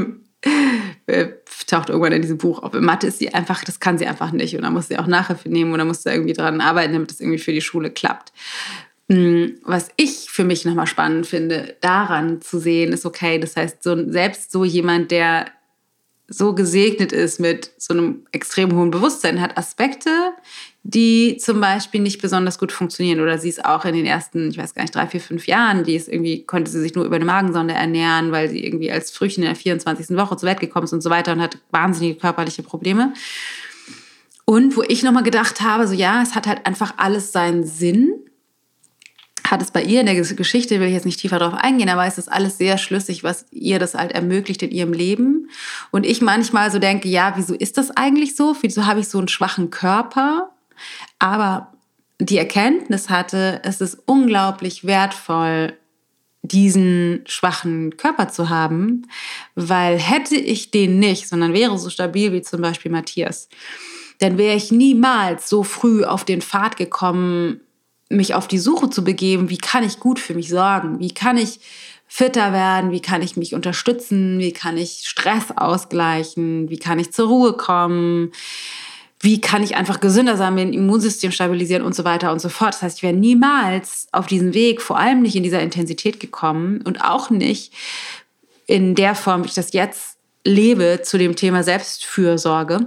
Taucht irgendwann in diesem Buch auf. In Mathe ist sie einfach, das kann sie einfach nicht. Und da muss sie auch Nachhilfe nehmen und da muss sie irgendwie dran arbeiten, damit das irgendwie für die Schule klappt. Was ich für mich nochmal spannend finde, daran zu sehen, ist okay, das heißt, so, selbst so jemand, der so gesegnet ist mit so einem extrem hohen Bewusstsein, hat Aspekte, die zum Beispiel nicht besonders gut funktionieren. Oder sie ist auch in den ersten, ich weiß gar nicht, drei, vier, fünf Jahren, die ist irgendwie, konnte sie sich nur über eine Magensonde ernähren, weil sie irgendwie als Frühchen in der vierundzwanzigsten Woche zur Welt gekommen ist und so weiter und hat wahnsinnige körperliche Probleme. Und wo ich nochmal gedacht habe, so ja, es hat halt einfach alles seinen Sinn. Hat es bei ihr in der Geschichte, will ich jetzt nicht tiefer drauf eingehen, aber es ist alles sehr schlüssig, was ihr das halt ermöglicht in ihrem Leben. Und ich manchmal so denke, ja, wieso ist das eigentlich so? Wieso habe ich so einen schwachen Körper? Aber die Erkenntnis hatte, es ist unglaublich wertvoll, diesen schwachen Körper zu haben, weil hätte ich den nicht, sondern wäre so stabil wie zum Beispiel Matthias, dann wäre ich niemals so früh auf den Pfad gekommen, mich auf die Suche zu begeben, wie kann ich gut für mich sorgen, wie kann ich fitter werden, wie kann ich mich unterstützen, wie kann ich Stress ausgleichen, wie kann ich zur Ruhe kommen, wie kann ich einfach gesünder sein, mein Immunsystem stabilisieren und so weiter und so fort. Das heißt, ich wäre niemals auf diesen Weg, vor allem nicht in dieser Intensität gekommen und auch nicht in der Form, wie ich das jetzt lebe, zu dem Thema Selbstfürsorge,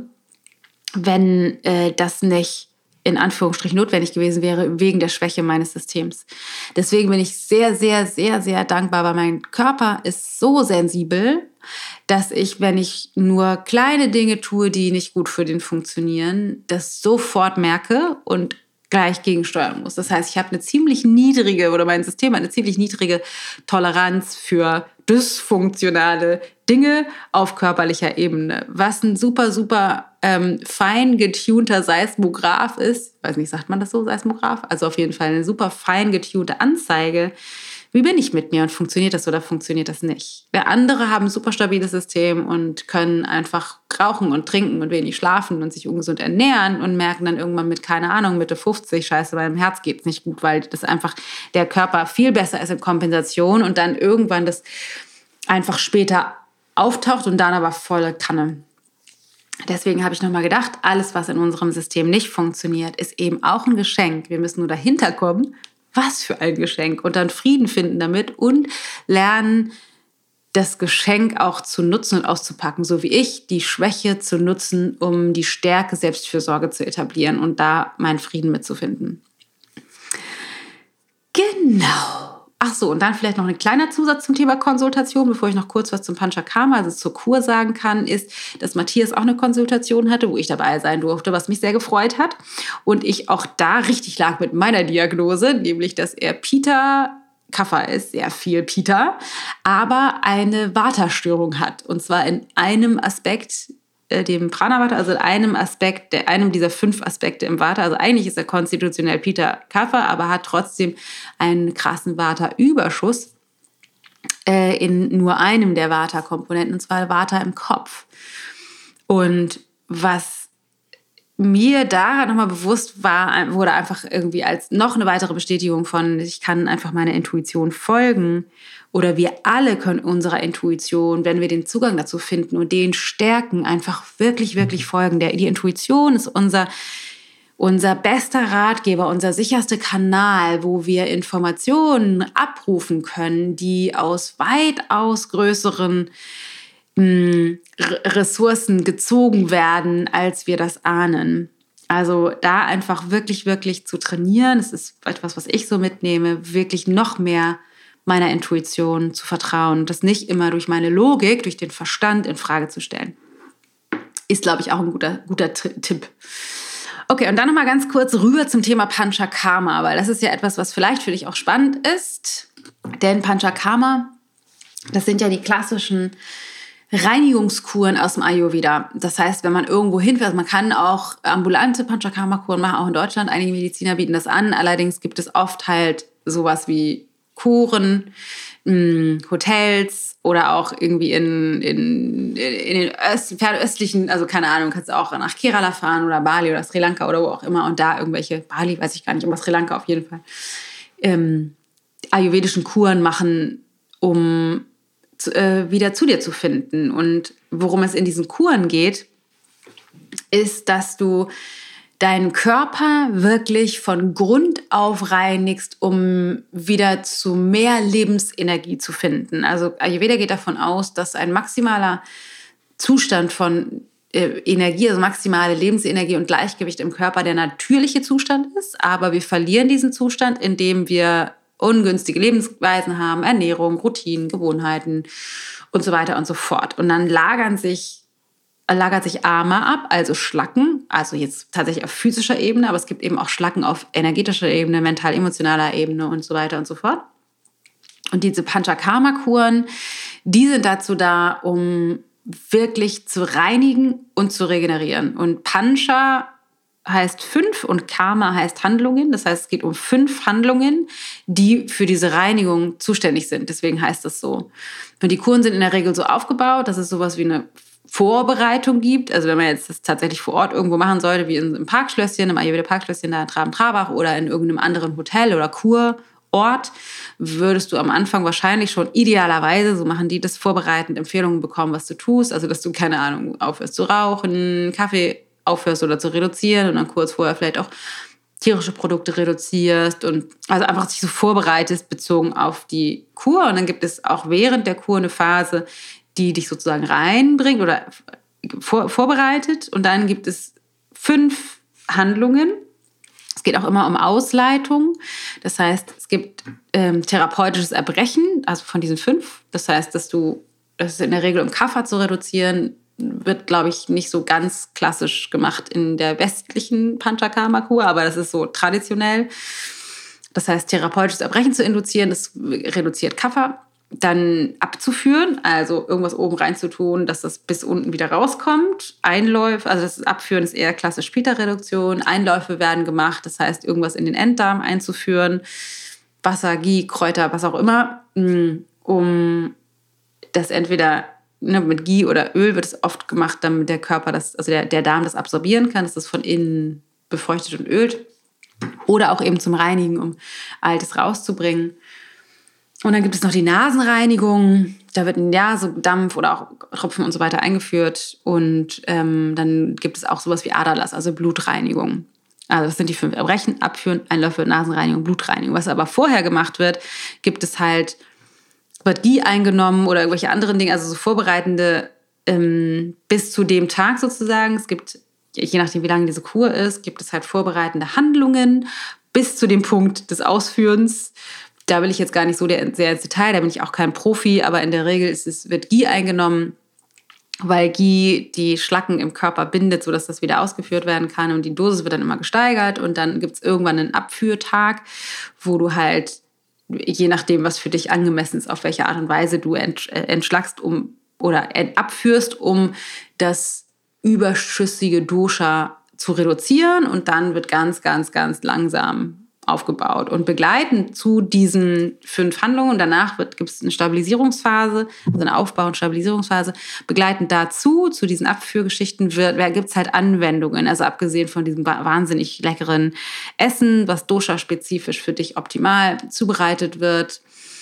wenn äh, das nicht in Anführungsstrichen notwendig gewesen wäre, wegen der Schwäche meines Systems. Deswegen bin ich sehr, sehr, sehr, sehr dankbar, weil mein Körper ist so sensibel, dass ich, wenn ich nur kleine Dinge tue, die nicht gut für den funktionieren, das sofort merke und gleich gegensteuern muss. Das heißt, ich habe eine ziemlich niedrige, oder mein System hat eine ziemlich niedrige Toleranz für dysfunktionale Dinge auf körperlicher Ebene. Was ein super, super ähm, fein getunter Seismograph ist, ich weiß nicht, sagt man das so, Seismograph? Also auf jeden Fall eine super fein getunte Anzeige. Wie bin ich mit mir und funktioniert das oder funktioniert das nicht? Der andere haben ein super stabiles System und können einfach rauchen und trinken und wenig schlafen und sich ungesund ernähren und merken dann irgendwann mit, keine Ahnung, Mitte fünfzig, scheiße, meinem Herz geht's nicht gut, weil das einfach der Körper viel besser ist in Kompensation und dann irgendwann das einfach später auftaucht und dann aber volle Kanne. Deswegen habe ich nochmal gedacht, alles, was in unserem System nicht funktioniert, ist eben auch ein Geschenk. Wir müssen nur dahinter kommen, was für ein Geschenk, und dann Frieden finden damit und lernen, das Geschenk auch zu nutzen und auszupacken, so wie ich, die Schwäche zu nutzen, um die Stärke Selbstfürsorge zu etablieren und da meinen Frieden mitzufinden. Genau. Ach so, und dann vielleicht noch ein kleiner Zusatz zum Thema Konsultation, bevor ich noch kurz was zum Panchakarma, also zur Kur sagen kann, ist, dass Matthias auch eine Konsultation hatte, wo ich dabei sein durfte, was mich sehr gefreut hat. Und ich auch da richtig lag mit meiner Diagnose, nämlich, dass er Pitta Kapha ist, sehr viel Pitta, aber eine Vata-Störung hat. Und zwar in einem Aspekt, äh, dem Prana-Vata, also in einem Aspekt, der, einem dieser fünf Aspekte im Vata. Also eigentlich ist er konstitutionell Pitta-Kapha, aber hat trotzdem einen krassen Vata-Überschuss äh, in nur einem der Vata-Komponenten, und zwar Vata im Kopf. Und was mir daran nochmal bewusst war, wurde einfach irgendwie als noch eine weitere Bestätigung von, ich kann einfach meiner Intuition folgen, oder wir alle können unserer Intuition, wenn wir den Zugang dazu finden und den stärken, einfach wirklich, wirklich folgen. Der, die Intuition ist unser, unser bester Ratgeber, unser sicherster Kanal, wo wir Informationen abrufen können, die aus weitaus größeren Ressourcen gezogen werden, als wir das ahnen. Also da einfach wirklich, wirklich zu trainieren, das ist etwas, was ich so mitnehme, wirklich noch mehr meiner Intuition zu vertrauen, das nicht immer durch meine Logik, durch den Verstand in Frage zu stellen. Ist, glaube ich, auch ein guter, guter Tipp. Okay, und dann nochmal ganz kurz rüber zum Thema Panchakarma, weil das ist ja etwas, was vielleicht für dich auch spannend ist. Denn Panchakarma, das sind ja die klassischen Reinigungskuren aus dem Ayurveda. Das heißt, wenn man irgendwo hinfährt, also man kann auch ambulante Panchakarma-Kuren machen, auch in Deutschland. Einige Mediziner bieten das an. Allerdings gibt es oft halt sowas wie Kuren, mh, Hotels oder auch irgendwie in, in, in den Öst, fernöstlichen, also keine Ahnung, kannst du auch nach Kerala fahren oder Bali oder Sri Lanka oder wo auch immer und da irgendwelche, Bali weiß ich gar nicht, aber Sri Lanka auf jeden Fall, ähm, ayurvedischen Kuren machen, um wieder zu dir zu finden. Und worum es in diesen Kuren geht, ist, dass du deinen Körper wirklich von Grund auf reinigst, um wieder zu mehr Lebensenergie zu finden. Also Ayurveda geht davon aus, dass ein maximaler Zustand von äh, Energie, also maximale Lebensenergie und Gleichgewicht im Körper der natürliche Zustand ist, aber wir verlieren diesen Zustand, indem wir ungünstige Lebensweisen haben, Ernährung, Routinen, Gewohnheiten und so weiter und so fort. Und dann lagern sich, lagert sich Ama ab, also Schlacken, also jetzt tatsächlich auf physischer Ebene, aber es gibt eben auch Schlacken auf energetischer Ebene, mental-emotionaler Ebene und so weiter und so fort. Und diese Panchakarma-Kuren, die sind dazu da, um wirklich zu reinigen und zu regenerieren. Und Pancha heißt fünf und Karma heißt Handlungen. Das heißt, es geht um fünf Handlungen, die für diese Reinigung zuständig sind. Deswegen heißt das so. Und die Kuren sind in der Regel so aufgebaut, dass es sowas wie eine Vorbereitung gibt. Also wenn man jetzt das tatsächlich vor Ort irgendwo machen sollte, wie in einem Parkschlösschen, im Ayurveda-Parkschlösschen da in Traben-Trabach oder in irgendeinem anderen Hotel oder Kurort, würdest du am Anfang wahrscheinlich schon idealerweise, so machen die das, vorbereitend Empfehlungen bekommen, was du tust. Also dass du, keine Ahnung, aufhörst zu rauchen, Kaffee aufhörst oder zu reduzieren und dann kurz vorher vielleicht auch tierische Produkte reduzierst und also einfach sich so vorbereitest bezogen auf die Kur. Und dann gibt es auch während der Kur eine Phase, die dich sozusagen reinbringt oder vor, vorbereitet. Und dann gibt es fünf Handlungen. Es geht auch immer um Ausleitung. Das heißt, es gibt ähm, therapeutisches Erbrechen, also von diesen fünf. Das heißt, dass du, das ist in der Regel um Kapha zu reduzieren, wird, glaube ich, nicht so ganz klassisch gemacht in der westlichen Panchakarma-Kur, aber das ist so traditionell. Das heißt, therapeutisches Erbrechen zu induzieren, das reduziert Kapha. Dann abzuführen, also irgendwas oben reinzutun, dass das bis unten wieder rauskommt. Einläufe, also das Abführen ist eher klassisch Pitta-Reduktion. Einläufe werden gemacht, das heißt, irgendwas in den Enddarm einzuführen. Wasser, Ghee, Kräuter, was auch immer, um das entweder Ne, mit Ghee oder Öl wird es oft gemacht, damit der Körper, das, also der, der Darm das absorbieren kann, dass das von innen befeuchtet und ölt. Oder auch eben zum Reinigen, um Altes rauszubringen. Und dann gibt es noch die Nasenreinigung. Da wird ein ja, so Dampf oder auch Tropfen und so weiter eingeführt. Und ähm, dann gibt es auch sowas wie Adalas, also Blutreinigung. Also das sind die fünf Erbrechen, Abführen, Einläufe, Nasenreinigung, Blutreinigung. Was aber vorher gemacht wird, gibt es halt wird Ghee eingenommen oder irgendwelche anderen Dinge, also so vorbereitende ähm, bis zu dem Tag sozusagen. Es gibt, je nachdem wie lange diese Kur ist, gibt es halt vorbereitende Handlungen bis zu dem Punkt des Ausführens. Da will ich jetzt gar nicht so sehr ins Detail, da bin ich auch kein Profi, aber in der Regel ist es, wird Ghee eingenommen, weil Ghee die Schlacken im Körper bindet, sodass das wieder ausgeführt werden kann und die Dosis wird dann immer gesteigert und dann gibt es irgendwann einen Abführtag, wo du halt je nachdem, was für dich angemessen ist, auf welche Art und Weise du entschlackst um, oder abführst, um das überschüssige Dosha zu reduzieren. Und dann wird ganz, ganz, ganz langsam aufgebaut. Und begleitend zu diesen fünf Handlungen, danach gibt es eine Stabilisierungsphase, also eine Aufbau- und Stabilisierungsphase. Begleitend dazu, zu diesen Abführgeschichten, gibt es halt Anwendungen. Also abgesehen von diesem wahnsinnig leckeren Essen, was Dosha-spezifisch für dich optimal zubereitet wird,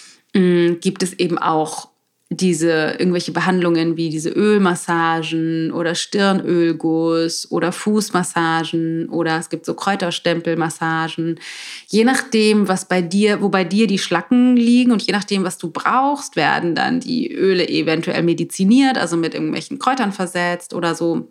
gibt es eben auch diese irgendwelche Behandlungen wie diese Ölmassagen oder Stirnölguss oder Fußmassagen oder es gibt so Kräuterstempelmassagen. Je nachdem, was bei dir, wo bei dir die Schlacken liegen und je nachdem, was du brauchst, werden dann die Öle eventuell mediziniert, also mit irgendwelchen Kräutern versetzt oder so.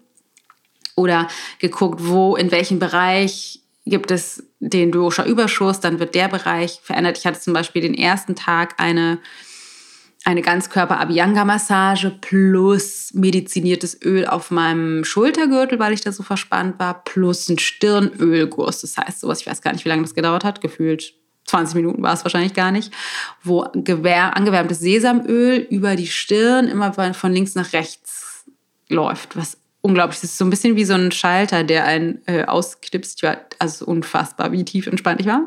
Oder geguckt, wo, in welchem Bereich gibt es den Dosha-Überschuss, dann wird der Bereich verändert. Ich hatte zum Beispiel den ersten Tag eine eine Ganzkörper-Abhyanga-Massage plus mediziniertes Öl auf meinem Schultergürtel, weil ich da so verspannt war, plus ein Stirnölguss. Das heißt sowas, ich weiß gar nicht, wie lange das gedauert hat, gefühlt zwanzig Minuten war es wahrscheinlich gar nicht, wo gewär- angewärmtes Sesamöl über die Stirn immer von links nach rechts läuft, was unglaublich ist. So ein bisschen wie so ein Schalter, der einen äh, ausknipst. Also unfassbar, wie tief entspannt ich war.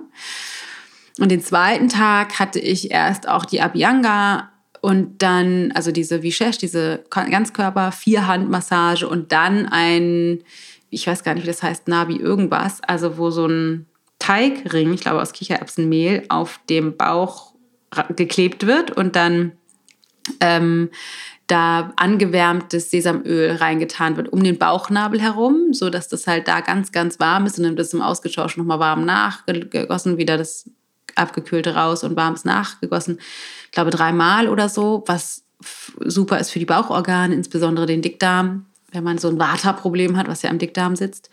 Und den zweiten Tag hatte ich erst auch die Abhyanga und dann, also diese Vishesh, diese Ganzkörper-Vierhandmassage und dann ein, ich weiß gar nicht, wie das heißt, Nabi irgendwas, also wo so ein Teigring, ich glaube aus Kichererbsenmehl, auf dem Bauch geklebt wird und dann ähm, da angewärmtes Sesamöl reingetan wird um den Bauchnabel herum, sodass das halt da ganz, ganz warm ist und dann wird es im Ausgetausch nochmal warm nachgegossen, wieder das abgekühlte raus und warmes nachgegossen. Ich glaube dreimal oder so, was f- super ist für die Bauchorgane, insbesondere den Dickdarm, wenn man so ein Vata-Problem hat, was ja im Dickdarm sitzt.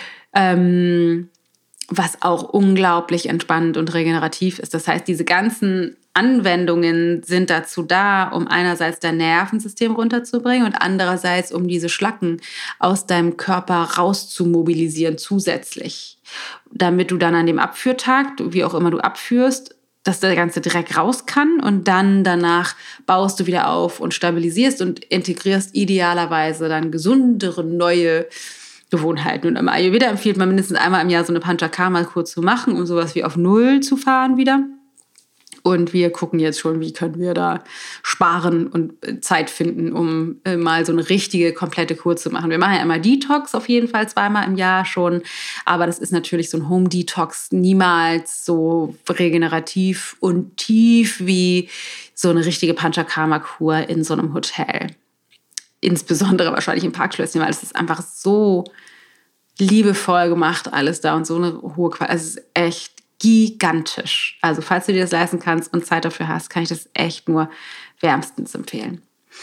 Ähm, was auch unglaublich entspannend und regenerativ ist. Das heißt, diese ganzen Anwendungen sind dazu da, um einerseits dein Nervensystem runterzubringen und andererseits, um diese Schlacken aus deinem Körper rauszumobilisieren zusätzlich. Damit du dann an dem Abführtag, wie auch immer du abführst, dass der ganze Dreck raus kann und dann danach baust du wieder auf und stabilisierst und integrierst idealerweise dann gesundere, neue Gewohnheiten. Und im Ayurveda empfiehlt man mindestens einmal im Jahr so eine Panchakarma-Kur zu machen, um sowas wie auf Null zu fahren wieder. Und wir gucken jetzt schon, wie können wir da sparen und Zeit finden, um äh, mal so eine richtige, komplette Kur zu machen. Wir machen ja immer Detox auf jeden Fall zweimal im Jahr schon. Aber das ist natürlich so ein Home-Detox niemals so regenerativ und tief wie so eine richtige Panchakarma-Kur in so einem Hotel. Insbesondere wahrscheinlich im Parkschlösschen, weil es ist einfach so liebevoll gemacht alles da und so eine hohe Qualität. Also es ist echt gigantisch. Also falls du dir das leisten kannst und Zeit dafür hast, kann ich das echt nur wärmstens empfehlen.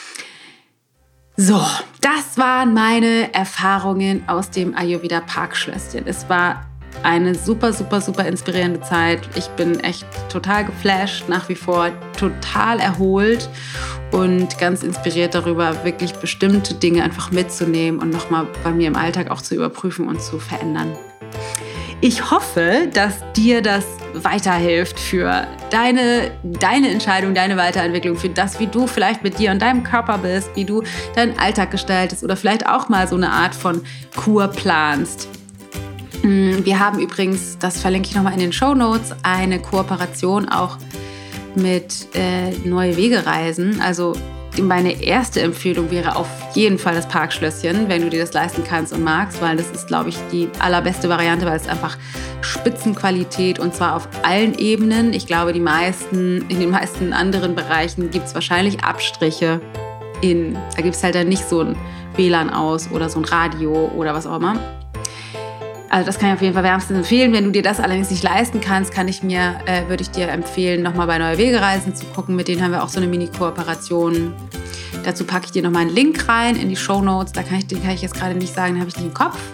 So, das waren meine Erfahrungen aus dem Ayurveda Parkschlösschen. Es war eine super, super, super inspirierende Zeit. Ich bin echt total geflasht, nach wie vor total erholt und ganz inspiriert darüber, wirklich bestimmte Dinge einfach mitzunehmen und nochmal bei mir im Alltag auch zu überprüfen und zu verändern. Ich hoffe, dass dir das weiterhilft für deine, deine Entscheidung, deine Weiterentwicklung, für das, wie du vielleicht mit dir und deinem Körper bist, wie du deinen Alltag gestaltest oder vielleicht auch mal so eine Art von Kur planst. Wir haben übrigens, das verlinke ich nochmal in den Shownotes, eine Kooperation auch mit äh, Neue Wege Reisen. Also meine erste Empfehlung wäre auf jeden Fall das Parkschlösschen, wenn du dir das leisten kannst und magst, weil das ist, glaube ich, die allerbeste Variante, weil es einfach Spitzenqualität und zwar auf allen Ebenen. Ich glaube, die meisten, in den meisten anderen Bereichen gibt es wahrscheinlich Abstriche. In, da gibt es halt dann nicht so ein W L A N aus oder so ein Radio oder was auch immer. Also das kann ich auf jeden Fall wärmstens empfehlen. Wenn du dir das allerdings nicht leisten kannst, kann ich mir, äh, würde ich dir empfehlen, nochmal bei Neue Wege Reisen zu gucken. Mit denen haben wir auch so eine Mini-Kooperation. Dazu packe ich dir nochmal einen Link rein in die Shownotes. Da kann ich, den kann ich jetzt gerade nicht sagen, den habe ich nicht im Kopf.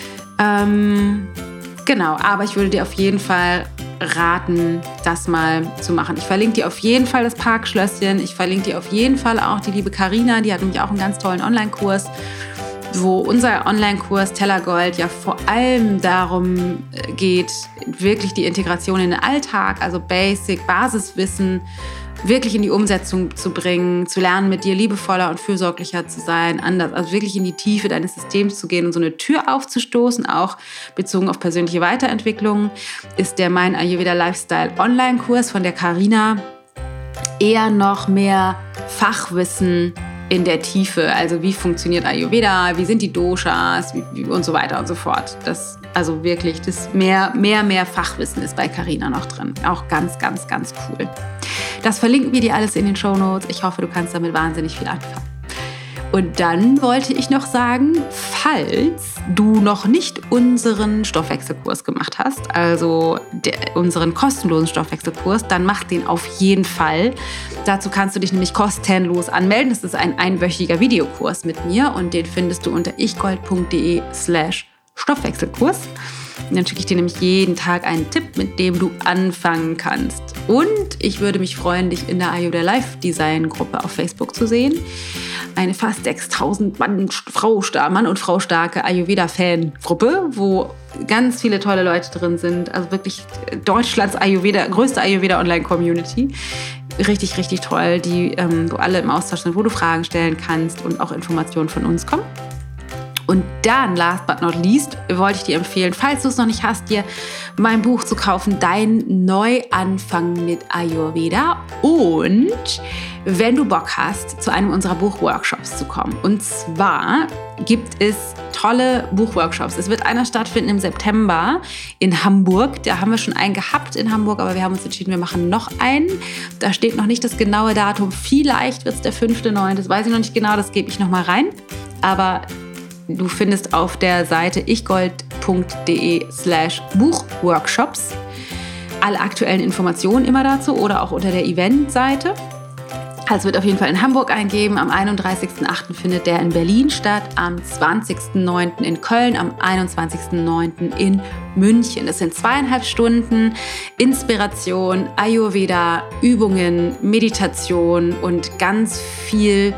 Ähm, genau, aber ich würde dir auf jeden Fall raten, das mal zu machen. Ich verlinke dir auf jeden Fall das Parkschlösschen. Ich verlinke dir auf jeden Fall auch die liebe Carina. Die hat nämlich auch einen ganz tollen Online-Kurs, wo unser Online-Kurs Tellergold ja vor allem darum geht, wirklich die Integration in den Alltag, also Basic, Basiswissen, wirklich in die Umsetzung zu bringen, zu lernen, mit dir liebevoller und fürsorglicher zu sein, anders, also wirklich in die Tiefe deines Systems zu gehen und so eine Tür aufzustoßen, auch bezogen auf persönliche Weiterentwicklung, ist der Mein Ayurveda Lifestyle Online-Kurs von der Carina eher noch mehr Fachwissen in der Tiefe, also wie funktioniert Ayurveda, wie sind die Doshas wie, wie und so weiter und so fort. Das, also wirklich, das mehr, mehr, mehr Fachwissen ist bei Carina noch drin. Auch ganz, ganz, ganz cool. Das verlinken wir dir alles in den Shownotes. Ich hoffe, du kannst damit wahnsinnig viel anfangen. Und dann wollte ich noch sagen, falls du noch nicht unseren Stoffwechselkurs gemacht hast, also der, unseren kostenlosen Stoffwechselkurs, dann mach den auf jeden Fall. Dazu kannst du dich nämlich kostenlos anmelden. Das ist ein einwöchiger Videokurs mit mir und den findest du unter ichgold.de slash Stoffwechselkurs. Und dann schicke ich dir nämlich jeden Tag einen Tipp, mit dem du anfangen kannst. Und ich würde mich freuen, dich in der Ayurveda Life Design Gruppe auf Facebook zu sehen. Eine fast sechstausend Mann, Frau, Mann und Frau starke Ayurveda-Fan-Gruppe, wo ganz viele tolle Leute drin sind. Also wirklich Deutschlands Ayurveda, größte Ayurveda-Online-Community. Richtig, richtig toll, die, ähm, wo alle im Austausch sind, wo du Fragen stellen kannst und auch Informationen von uns kommen. Und dann, last but not least, wollte ich dir empfehlen, falls du es noch nicht hast, dir mein Buch zu kaufen, Dein Neuanfang mit Ayurveda. Und wenn du Bock hast, zu einem unserer Buchworkshops zu kommen. Und zwar gibt es tolle Buchworkshops. Es wird einer stattfinden im September in Hamburg. Da haben wir schon einen gehabt in Hamburg, aber wir haben uns entschieden, wir machen noch einen. Da steht noch nicht das genaue Datum. Vielleicht wird es der fünfte neunte Das weiß ich noch nicht genau, das gebe ich noch mal rein. Aber du findest auf der Seite ichgold.de slash Buchworkshops alle aktuellen Informationen immer dazu oder auch unter der Eventseite. Also wird auf jeden Fall in Hamburg eingeben. Am einunddreißigsten achten findet der in Berlin statt, am zwanzigsten neunten in Köln, am einundzwanzigsten neunten in München. Das sind zweieinhalb Stunden Inspiration, Ayurveda, Übungen, Meditation und ganz viel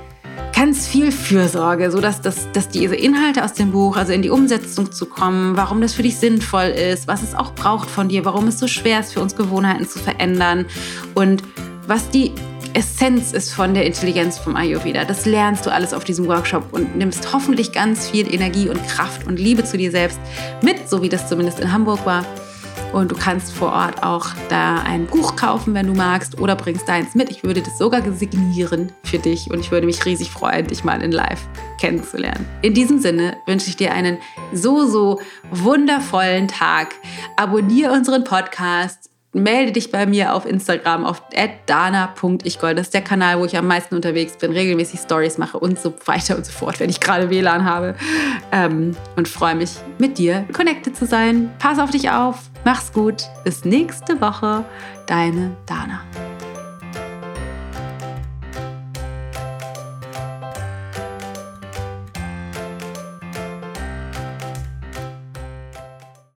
Ganz viel Fürsorge, sodass dass, dass diese Inhalte aus dem Buch, also in die Umsetzung zu kommen, warum das für dich sinnvoll ist, was es auch braucht von dir, warum es so schwer ist für uns, Gewohnheiten zu verändern und was die Essenz ist von der Intelligenz vom Ayurveda. Das lernst du alles auf diesem Workshop und nimmst hoffentlich ganz viel Energie und Kraft und Liebe zu dir selbst mit, so wie das zumindest in Hamburg war. Und du kannst vor Ort auch da ein Buch kaufen, wenn du magst, oder bringst deins mit. Ich würde das sogar signieren für dich und ich würde mich riesig freuen, dich mal in live kennenzulernen. In diesem Sinne wünsche ich dir einen so, so wundervollen Tag. Abonniere unseren Podcast. Melde dich bei mir auf Instagram auf at dana punkt ichgold. Das ist der Kanal, wo ich am meisten unterwegs bin, regelmäßig Stories mache und so weiter und so fort, wenn ich gerade W L A N habe. Ähm, und freue mich, mit dir connected zu sein. Pass auf dich auf, mach's gut. Bis nächste Woche. Deine Dana.